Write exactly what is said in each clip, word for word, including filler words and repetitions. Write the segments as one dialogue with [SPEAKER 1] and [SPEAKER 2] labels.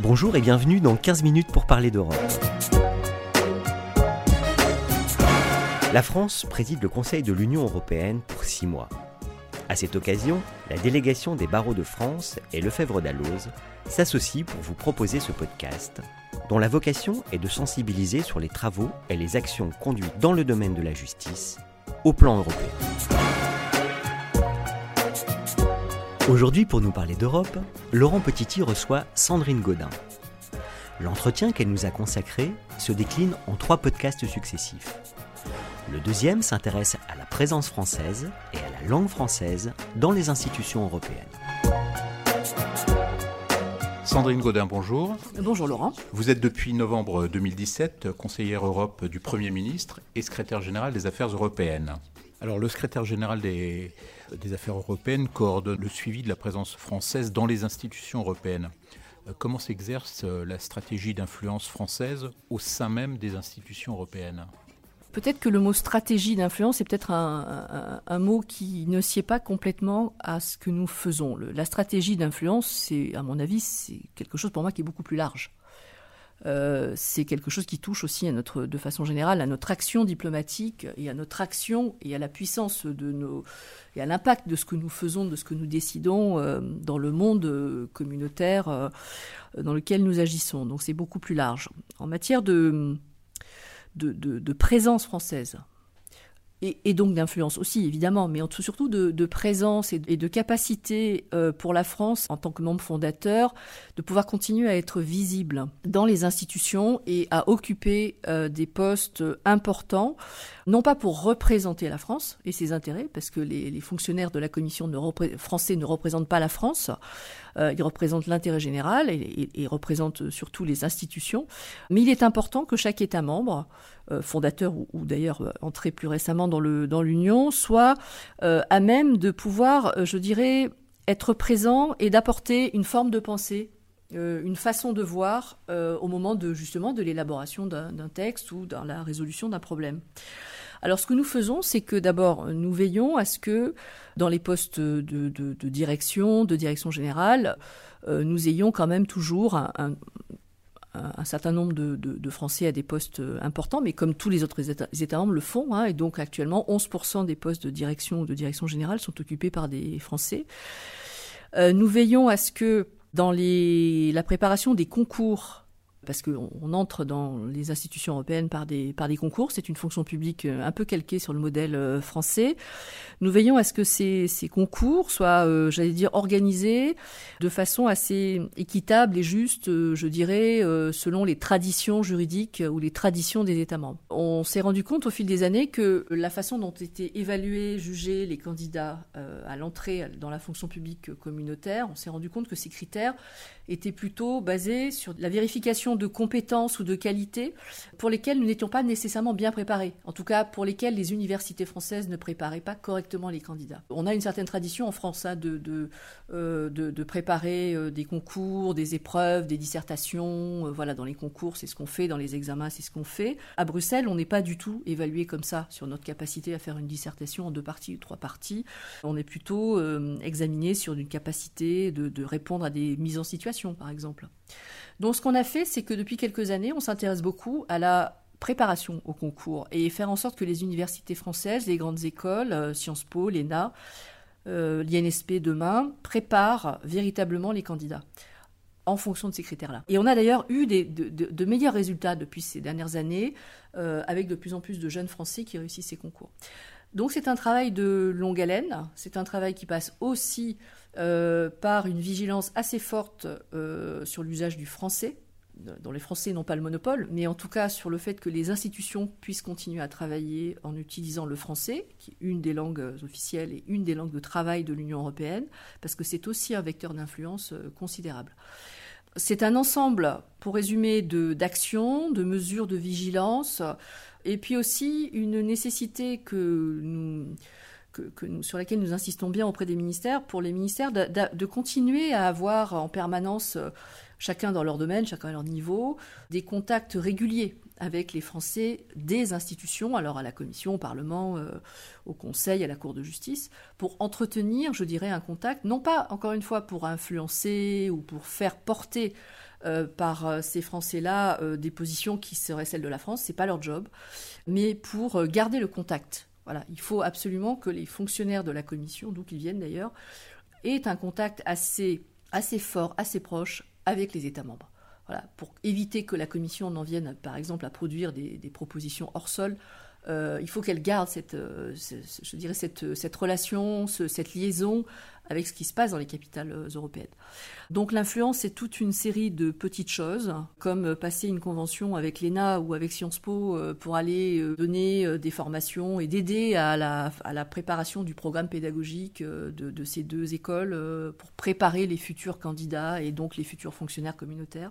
[SPEAKER 1] Bonjour et bienvenue dans quinze minutes pour parler d'Europe. La France préside le Conseil de l'Union européenne pour six mois. À cette occasion, la délégation des barreaux de France et Lefebvre d'Alloz s'associe pour vous proposer ce podcast, dont la vocation est de sensibiliser sur les travaux et les actions conduites dans le domaine de la justice au plan européen. Aujourd'hui, pour nous parler d'Europe, Laurent Petiti reçoit Sandrine Gaudin. L'entretien qu'elle nous a consacré se décline en trois podcasts successifs. Le deuxième s'intéresse à la présence française et à la langue française dans les institutions européennes.
[SPEAKER 2] Sandrine Gaudin, bonjour.
[SPEAKER 3] Bonjour Laurent.
[SPEAKER 2] Vous êtes depuis novembre deux mille dix-sept conseillère Europe du Premier ministre et secrétaire général des Affaires européennes. Alors le secrétaire général des, des Affaires européennes coordonne le suivi de la présence française dans les institutions européennes. Comment s'exerce la stratégie d'influence française au sein même des institutions européennes ?
[SPEAKER 3] Peut-être que le mot stratégie d'influence est peut-être un, un, un mot qui ne sied pas complètement à ce que nous faisons. Le, la stratégie d'influence, c'est, à mon avis, c'est quelque chose pour moi qui est beaucoup plus large. Euh, c'est quelque chose qui touche aussi à notre, de façon générale à notre action diplomatique et à notre action et à la puissance de nos et à l'impact de ce que nous faisons, de ce que nous décidons euh, dans le monde euh, communautaire euh, dans lequel nous agissons. Donc c'est beaucoup plus large. En matière de De, de, de présence française, et, et donc d'influence aussi, évidemment, mais surtout de, de présence et de, et de capacité euh, pour la France, en tant que membre fondateur, de pouvoir continuer à être visible dans les institutions et à occuper euh, des postes importants, non pas pour représenter la France et ses intérêts, parce que les, les fonctionnaires de la Commission ne repré- français ne représentent pas la France, euh, ils représentent l'intérêt général et, et, et représentent surtout les institutions. Mais il est important que chaque État membre, euh, fondateur ou, ou d'ailleurs euh, entré plus récemment dans, le, dans l'Union, soit euh, à même de pouvoir, euh, je dirais, être présent et d'apporter une forme de pensée, euh, une façon de voir euh, au moment de, justement, de l'élaboration d'un, d'un texte ou dans la résolution d'un problème. Alors, ce que nous faisons, c'est que d'abord, nous veillons à ce que, dans les postes de, de, de direction, de direction générale, euh, nous ayons quand même toujours un, un, un certain nombre de, de, de Français à des postes importants, mais comme tous les autres États, les États membres le font, hein, et donc actuellement, onze pour cent des postes de direction ou de direction générale sont occupés par des Français. Euh, nous veillons à ce que, dans les, la préparation des concours, parce qu'on on entre dans les institutions européennes par des, par des concours, c'est une fonction publique un peu calquée sur le modèle français. Nous veillons à ce que ces, ces concours soient, euh, j'allais dire, organisés de façon assez équitable et juste, euh, je dirais, euh, selon les traditions juridiques ou les traditions des États membres. On s'est rendu compte au fil des années que la façon dont étaient évalués, jugés les candidats euh, à l'entrée dans la fonction publique communautaire, on s'est rendu compte que ces critères étaient plutôt basés sur la vérification de compétences ou de qualités pour lesquelles nous n'étions pas nécessairement bien préparés. En tout cas, pour lesquelles les universités françaises ne préparaient pas correctement les candidats. On a une certaine tradition en France hein, de, de, euh, de, de préparer euh, des concours, des épreuves, des dissertations. Euh, voilà, dans les concours, c'est ce qu'on fait. Dans les examens, c'est ce qu'on fait. À Bruxelles, on n'est pas du tout évalué comme ça sur notre capacité à faire une dissertation en deux parties ou trois parties. On est plutôt euh, examiné sur une capacité de, de répondre à des mises en situation, par exemple. Donc ce qu'on a fait, c'est que depuis quelques années, on s'intéresse beaucoup à la préparation au concours et faire en sorte que les universités françaises, les grandes écoles, euh, Sciences Po, l'E N A, euh, l'I N S P demain, préparent véritablement les candidats en fonction de ces critères-là. Et on a d'ailleurs eu des, de, de, de meilleurs résultats depuis ces dernières années, euh, avec de plus en plus de jeunes Français qui réussissent ces concours. Donc c'est un travail de longue haleine, c'est un travail qui passe aussi euh, par une vigilance assez forte euh, sur l'usage du français, dont les Français n'ont pas le monopole, mais en tout cas sur le fait que les institutions puissent continuer à travailler en utilisant le français, qui est une des langues officielles et une des langues de travail de l'Union européenne, parce que c'est aussi un vecteur d'influence euh, considérable. C'est un ensemble, pour résumer, de, d'actions, de mesures de vigilance, et puis aussi une nécessité que nous, que, que nous, sur laquelle nous insistons bien auprès des ministères, pour les ministères, de, de, de continuer à avoir en permanence, chacun dans leur domaine, chacun à leur niveau, des contacts réguliers avec les Français des institutions, alors à la Commission, au Parlement, euh, au Conseil, à la Cour de justice, pour entretenir, je dirais, un contact, non pas, encore une fois, pour influencer ou pour faire porter euh, par euh, ces Français-là euh, des positions qui seraient celles de la France, c'est pas leur job, mais pour euh, garder le contact. Voilà, il faut absolument que les fonctionnaires de la Commission, d'où qu'ils viennent d'ailleurs, aient un contact assez, assez fort, assez proche avec les États membres. Voilà, pour éviter que la Commission n'en vienne, par exemple, à produire des, des propositions hors sol, euh, il faut qu'elle garde cette, euh, ce, je dirais cette, cette relation, ce, cette liaison avec ce qui se passe dans les capitales européennes. Donc l'influence, c'est toute une série de petites choses, comme passer une convention avec l'E N A ou avec Sciences Po pour aller donner des formations et d'aider à la, à la préparation du programme pédagogique de, de ces deux écoles pour préparer les futurs candidats et donc les futurs fonctionnaires communautaires.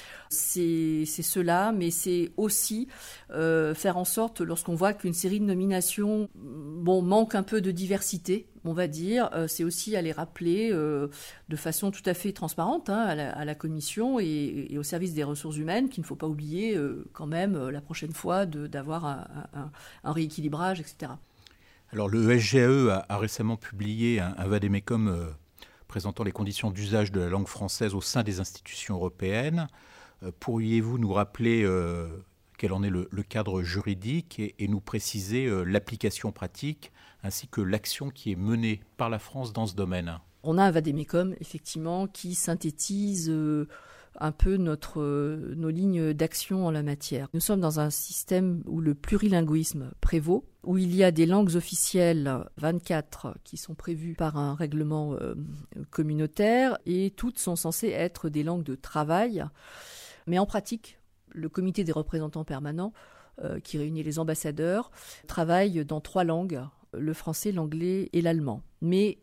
[SPEAKER 3] C'est, c'est cela, mais c'est aussi euh, faire en sorte, lorsqu'on voit qu'une série de nominations bon, manque un peu de diversité, on va dire, euh, c'est aussi à les rappeler euh, de façon tout à fait transparente hein, à, la, à la Commission et, et au service des ressources humaines, qu'il ne faut pas oublier euh, quand même euh, la prochaine fois de, d'avoir un, un, un rééquilibrage, et cetera.
[SPEAKER 2] Alors le E S G A E a, a récemment publié un, un vade-mecum euh, présentant les conditions d'usage de la langue française au sein des institutions européennes. Pourriez-vous nous rappeler euh, quel en est le, le cadre juridique et, et nous préciser euh, l'application pratique ainsi que l'action qui est menée par la France dans ce domaine?
[SPEAKER 3] On a un vade-mecum, effectivement, qui synthétise euh, un peu notre, euh, nos lignes d'action en la matière. Nous sommes dans un système où le plurilinguisme prévaut, où il y a des langues officielles, vingt-quatre, qui sont prévues par un règlement euh, communautaire, et toutes sont censées être des langues de travail. Mais en pratique, le comité des représentants permanents, euh, qui réunit les ambassadeurs, travaille dans trois langues, le français, l'anglais et l'allemand. Mais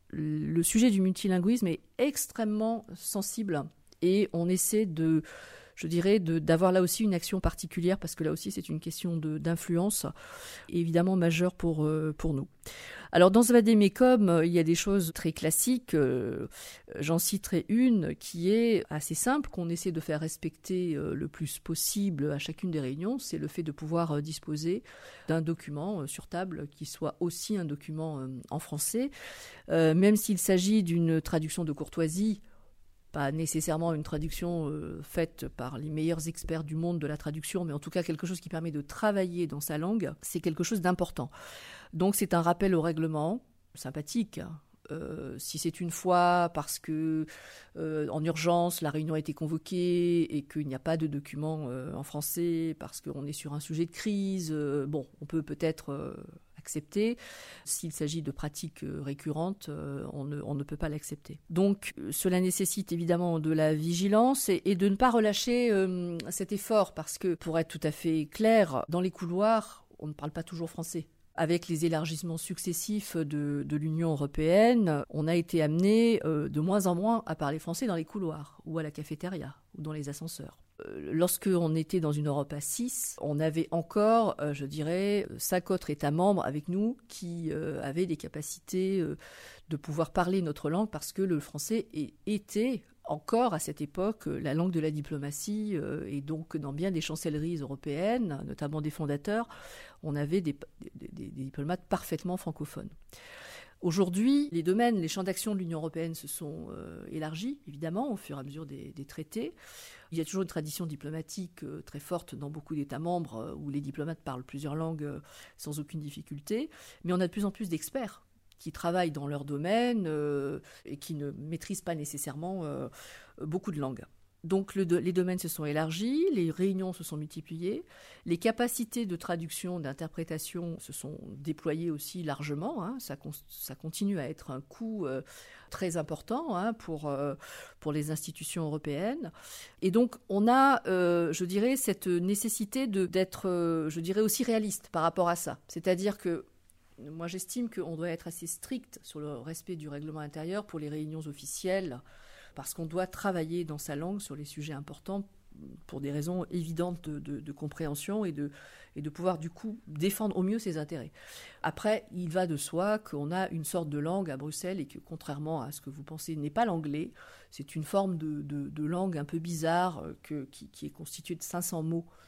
[SPEAKER 3] le sujet du multilinguisme est extrêmement sensible et on essaie de, je dirais, de, d'avoir là aussi une action particulière parce que là aussi c'est une question de, d'influence évidemment majeure pour, euh, pour nous. Alors dans ce vade-mecum, il y a des choses très classiques. Euh, j'en citerai une qui est assez simple, qu'on essaie de faire respecter euh, le plus possible à chacune des réunions. C'est le fait de pouvoir euh, disposer d'un document euh, sur table qui soit aussi un document euh, en français. Euh, même s'il s'agit d'une traduction de courtoisie, pas nécessairement une traduction euh, faite par les meilleurs experts du monde de la traduction, mais en tout cas quelque chose qui permet de travailler dans sa langue, c'est quelque chose d'important. Donc c'est un rappel au règlement, sympathique. Euh, si c'est une fois parce que euh, en urgence la réunion a été convoquée et qu'il n'y a pas de document euh, en français parce qu'on est sur un sujet de crise, euh, bon, on peut peut-être euh, accepter. S'il s'agit de pratiques euh, récurrentes, euh, on, ne, on ne peut pas l'accepter. Donc euh, cela nécessite évidemment de la vigilance et, et de ne pas relâcher euh, cet effort parce que, pour être tout à fait clair, dans les couloirs, on ne parle pas toujours français. Avec les élargissements successifs de, de l'Union européenne, on a été amené euh, de moins en moins à parler français dans les couloirs ou à la cafétéria ou dans les ascenseurs. Euh, lorsqu'on était dans une Europe à six, on avait encore, euh, je dirais, cinq autres États membres avec nous qui euh, avaient des capacités euh, de pouvoir parler notre langue parce que le français était encore à cette époque la langue de la diplomatie euh, et donc dans bien des chancelleries européennes, notamment des fondateurs, on avait des, des, des, des diplomates parfaitement francophones. Aujourd'hui, les domaines, les champs d'action de l'Union européenne se sont euh, élargis, évidemment, au fur et à mesure des, des traités. Il y a toujours une tradition diplomatique euh, très forte dans beaucoup d'États membres euh, où les diplomates parlent plusieurs langues euh, sans aucune difficulté, mais on a de plus en plus d'experts qui travaillent dans leur domaine euh, et qui ne maîtrisent pas nécessairement euh, beaucoup de langues. Donc le, les domaines se sont élargis, les réunions se sont multipliées, les capacités de traduction, d'interprétation se sont déployées aussi largement. Hein, ça, ça continue à être un coût euh, très important hein, pour, euh, pour les institutions européennes. Et donc on a, euh, je dirais, cette nécessité de, d'être, euh, je dirais, aussi réaliste par rapport à ça. C'est-à-dire que moi, j'estime qu'on doit être assez strict sur le respect du règlement intérieur pour les réunions officielles, parce qu'on doit travailler dans sa langue sur les sujets importants pour des raisons évidentes de, de, de compréhension et de, et de pouvoir, du coup, défendre au mieux ses intérêts. Après, il va de soi qu'on a une sorte de langue à Bruxelles et que, contrairement à ce que vous pensez, n'est pas l'anglais. C'est une forme de, de, de langue un peu bizarre que, qui, qui est constituée de cinq cents mots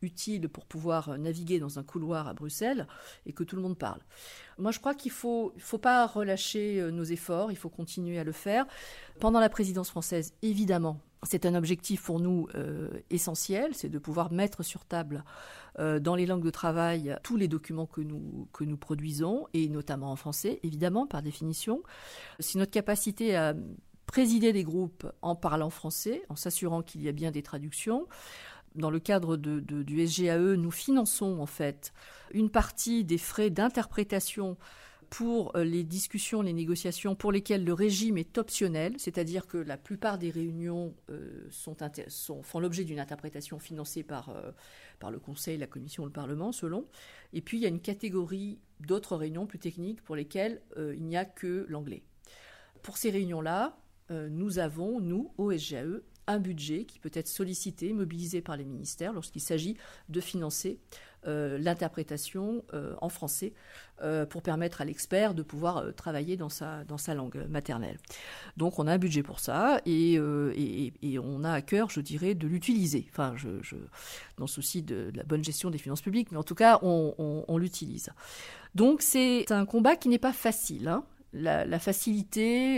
[SPEAKER 3] utile pour pouvoir naviguer dans un couloir à Bruxelles et que tout le monde parle. Moi, je crois qu'il ne faut, faut pas relâcher nos efforts, il faut continuer à le faire. Pendant la présidence française, évidemment, c'est un objectif pour nous euh, essentiel, c'est de pouvoir mettre sur table euh, dans les langues de travail tous les documents que nous, que nous produisons, et notamment en français, évidemment, par définition. C'est notre capacité à présider des groupes en parlant français, en s'assurant qu'il y a bien des traductions. Dans le cadre de, de, du S G A E, nous finançons en fait une partie des frais d'interprétation pour les discussions, les négociations pour lesquelles le régime est optionnel, c'est-à-dire que la plupart des réunions euh, sont inter- sont, font l'objet d'une interprétation financée par, euh, par le Conseil, la Commission, le Parlement, selon. Et puis il y a une catégorie d'autres réunions plus techniques pour lesquelles euh, il n'y a que l'anglais. Pour ces réunions-là, euh, nous avons, nous, au S G A E, un budget qui peut être sollicité, mobilisé par les ministères lorsqu'il s'agit de financer euh, l'interprétation euh, en français euh, pour permettre à l'expert de pouvoir euh, travailler dans sa, dans sa langue maternelle. Donc on a un budget pour ça et, euh, et, et on a à cœur, je dirais, de l'utiliser. Enfin, je, je, dans le souci de, de la bonne gestion des finances publiques, mais en tout cas, on, on, on l'utilise. Donc c'est un combat qui n'est pas facile, hein. La, la facilité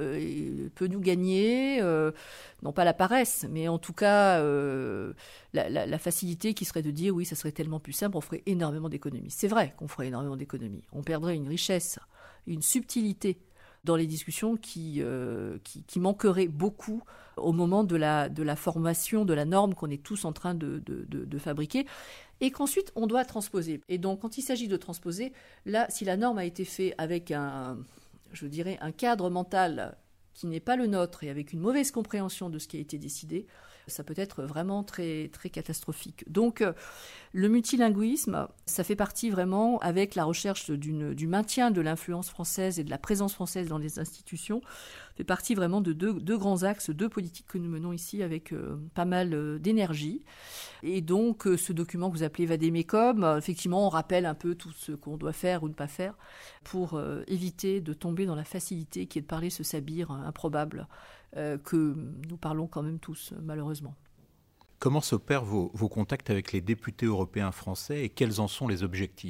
[SPEAKER 3] euh, peut nous gagner, euh, non pas la paresse, mais en tout cas euh, la, la, la facilité qui serait de dire oui, ça serait tellement plus simple, on ferait énormément d'économies. C'est vrai qu'on ferait énormément d'économies. On perdrait une richesse, une subtilité dans les discussions qui, euh, qui, qui manquerait beaucoup au moment de la, de la formation de la norme qu'on est tous en train de, de, de, de fabriquer et qu'ensuite on doit transposer. Et donc quand il s'agit de transposer, là, si la norme a été faite avec un, je dirais, un cadre mental qui n'est pas le nôtre et avec une mauvaise compréhension de ce qui a été décidé, ça peut être vraiment très, très catastrophique. Donc, le multilinguisme, ça fait partie vraiment, avec la recherche d'une, du maintien de l'influence française et de la présence française dans les institutions, fait partie vraiment de deux, deux grands axes, deux politiques que nous menons ici avec euh, pas mal euh, d'énergie. Et donc, euh, ce document que vous appelez Vadémécum, euh, effectivement, on rappelle un peu tout ce qu'on doit faire ou ne pas faire pour euh, éviter de tomber dans la facilité qui est de parler ce sabir hein, improbable euh, que nous parlons quand même tous, malheureusement.
[SPEAKER 2] Comment s'opèrent vos, vos contacts avec les députés européens français et quels en sont les objectifs ?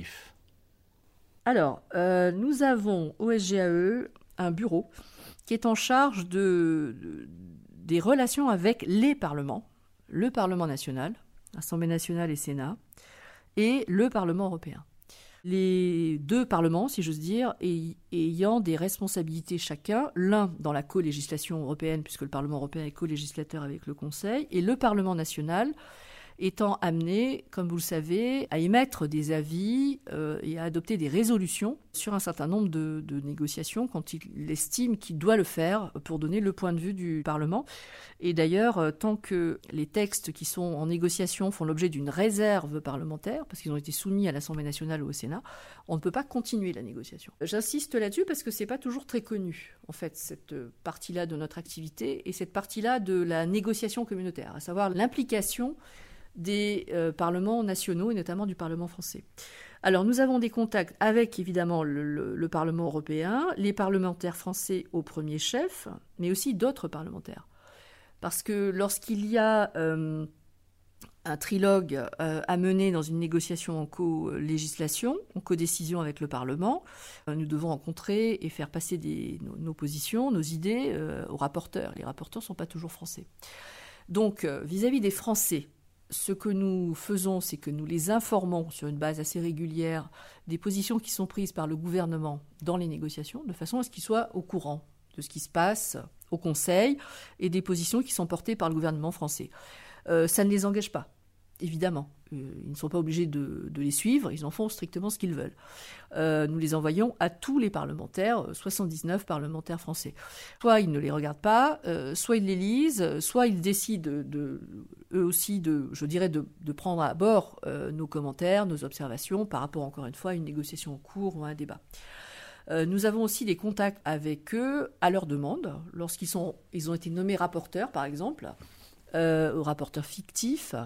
[SPEAKER 3] Alors, euh, nous avons au S G A E un bureau qui est en charge de, de, des relations avec les parlements, le Parlement national, Assemblée nationale et Sénat, et le Parlement européen. Les deux parlements, si j'ose dire, ayant des responsabilités chacun, l'un dans la co-législation européenne, puisque le Parlement européen est co-législateur avec le Conseil, et le Parlement national étant amené, comme vous le savez, à émettre des avis euh, et à adopter des résolutions sur un certain nombre de, de négociations quand il estime qu'il doit le faire pour donner le point de vue du Parlement. Et d'ailleurs, euh, tant que les textes qui sont en négociation font l'objet d'une réserve parlementaire, parce qu'ils ont été soumis à l'Assemblée nationale ou au Sénat, on ne peut pas continuer la négociation. J'insiste là-dessus parce que c'est pas toujours très connu, en fait, cette partie-là de notre activité et cette partie-là de la négociation communautaire, à savoir l'implication des euh, parlements nationaux et notamment du Parlement français. Alors nous avons des contacts avec évidemment le, le, le Parlement européen, les parlementaires français au premier chef, mais aussi d'autres parlementaires. Parce que lorsqu'il y a euh, un trilogue euh, à mener dans une négociation en co-législation, en co-décision avec le Parlement, euh, nous devons rencontrer et faire passer des, nos, nos positions, nos idées euh, aux rapporteurs. Les rapporteurs ne sont pas toujours français. Donc euh, vis-à-vis des Français, ce que nous faisons, c'est que nous les informons sur une base assez régulière des positions qui sont prises par le gouvernement dans les négociations, de façon à ce qu'ils soient au courant de ce qui se passe au Conseil et des positions qui sont portées par le gouvernement français. Euh, ça ne les engage pas, évidemment. Euh, ils ne sont pas obligés de, de les suivre, ils en font strictement ce qu'ils veulent. Euh, nous les envoyons à tous les parlementaires, soixante-dix-neuf parlementaires français. Soit ils ne les regardent pas, euh, soit ils les lisent, soit ils décident, de, de, eux aussi, de, je dirais, de, de prendre à bord euh, nos commentaires, nos observations par rapport, encore une fois, à une négociation en cours ou à un débat. Euh, nous avons aussi des contacts avec eux à leur demande, lorsqu'ils sont, ils ont été nommés rapporteurs, par exemple, euh, aux rapporteurs fictifs.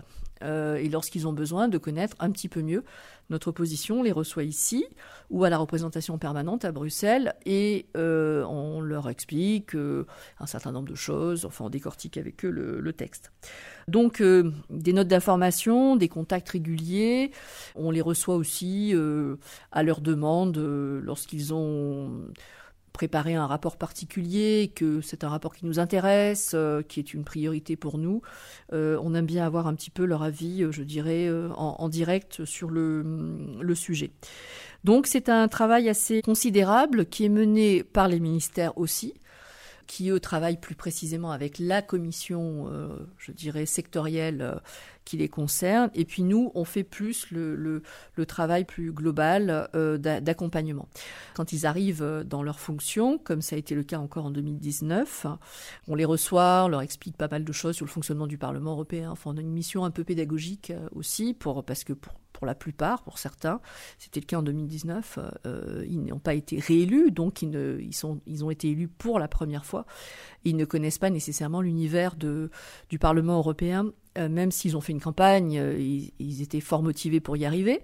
[SPEAKER 3] euh, et lorsqu'ils ont besoin de connaître un petit peu mieux notre position, on les reçoit ici ou à la représentation permanente à Bruxelles et euh, on leur explique euh, un certain nombre de choses, enfin on décortique avec eux le, le texte. Donc euh, des notes d'information, des contacts réguliers, on les reçoit aussi euh, à leur demande euh, lorsqu'ils ont préparer un rapport particulier, que c'est un rapport qui nous intéresse, euh, qui est une priorité pour nous. Euh, on aime bien avoir un petit peu leur avis, euh, je dirais, euh, en, en direct sur le, le sujet. Donc c'est un travail assez considérable qui est mené par les ministères aussi, qui eux travaillent plus précisément avec la commission, euh, je dirais, sectorielle euh, qui les concerne. Et puis nous, on fait plus le, le, le travail plus global euh, d'accompagnement. Quand ils arrivent dans leurs fonctions, comme ça a été le cas encore en deux mille dix-neuf, on les reçoit, on leur explique pas mal de choses sur le fonctionnement du Parlement européen. Enfin, on a une mission un peu pédagogique aussi, pour, parce que pour Pour la plupart, pour certains, c'était le cas en deux mille dix-neuf, euh, ils n'ont pas été réélus, donc ils, ne, ils, sont, ils ont été élus pour la première fois. Ils ne connaissent pas nécessairement l'univers de, du Parlement européen, euh, même s'ils ont fait une campagne, euh, ils, ils étaient fort motivés pour y arriver.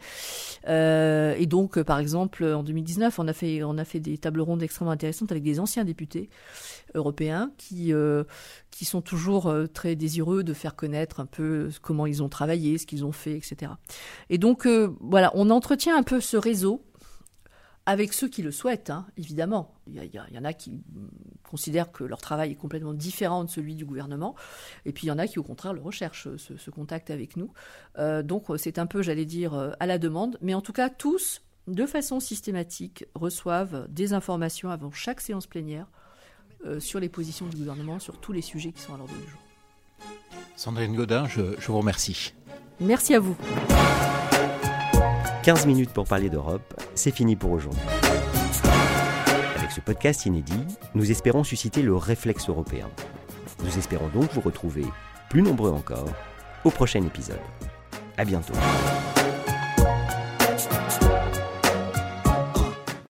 [SPEAKER 3] Euh, et donc, euh, par exemple, en deux mille dix-neuf, on a fait, on a fait des tables rondes extrêmement intéressantes avec des anciens députés européens qui, euh, qui sont toujours euh, très désireux de faire connaître un peu comment ils ont travaillé, ce qu'ils ont fait, et cetera. Et donc, euh, voilà, on entretient un peu ce réseau avec ceux qui le souhaitent, hein, évidemment. Il y, a, il, y a, il y en a qui considèrent que leur travail est complètement différent de celui du gouvernement, et puis il y en a qui, au contraire, le recherchent, ce, ce contact avec nous. Euh, donc, c'est un peu, j'allais dire, à la demande, mais en tout cas, tous, de façon systématique, reçoivent des informations avant chaque séance plénière euh, sur les positions du gouvernement, sur tous les sujets qui sont à l'ordre du jour.
[SPEAKER 2] Sandrine Gaudin, je, je vous remercie.
[SPEAKER 3] Merci à vous.
[SPEAKER 1] quinze minutes pour parler d'Europe, c'est fini pour aujourd'hui. Avec ce podcast inédit, nous espérons susciter le réflexe européen. Nous espérons donc vous retrouver, plus nombreux encore, au prochain épisode. À bientôt.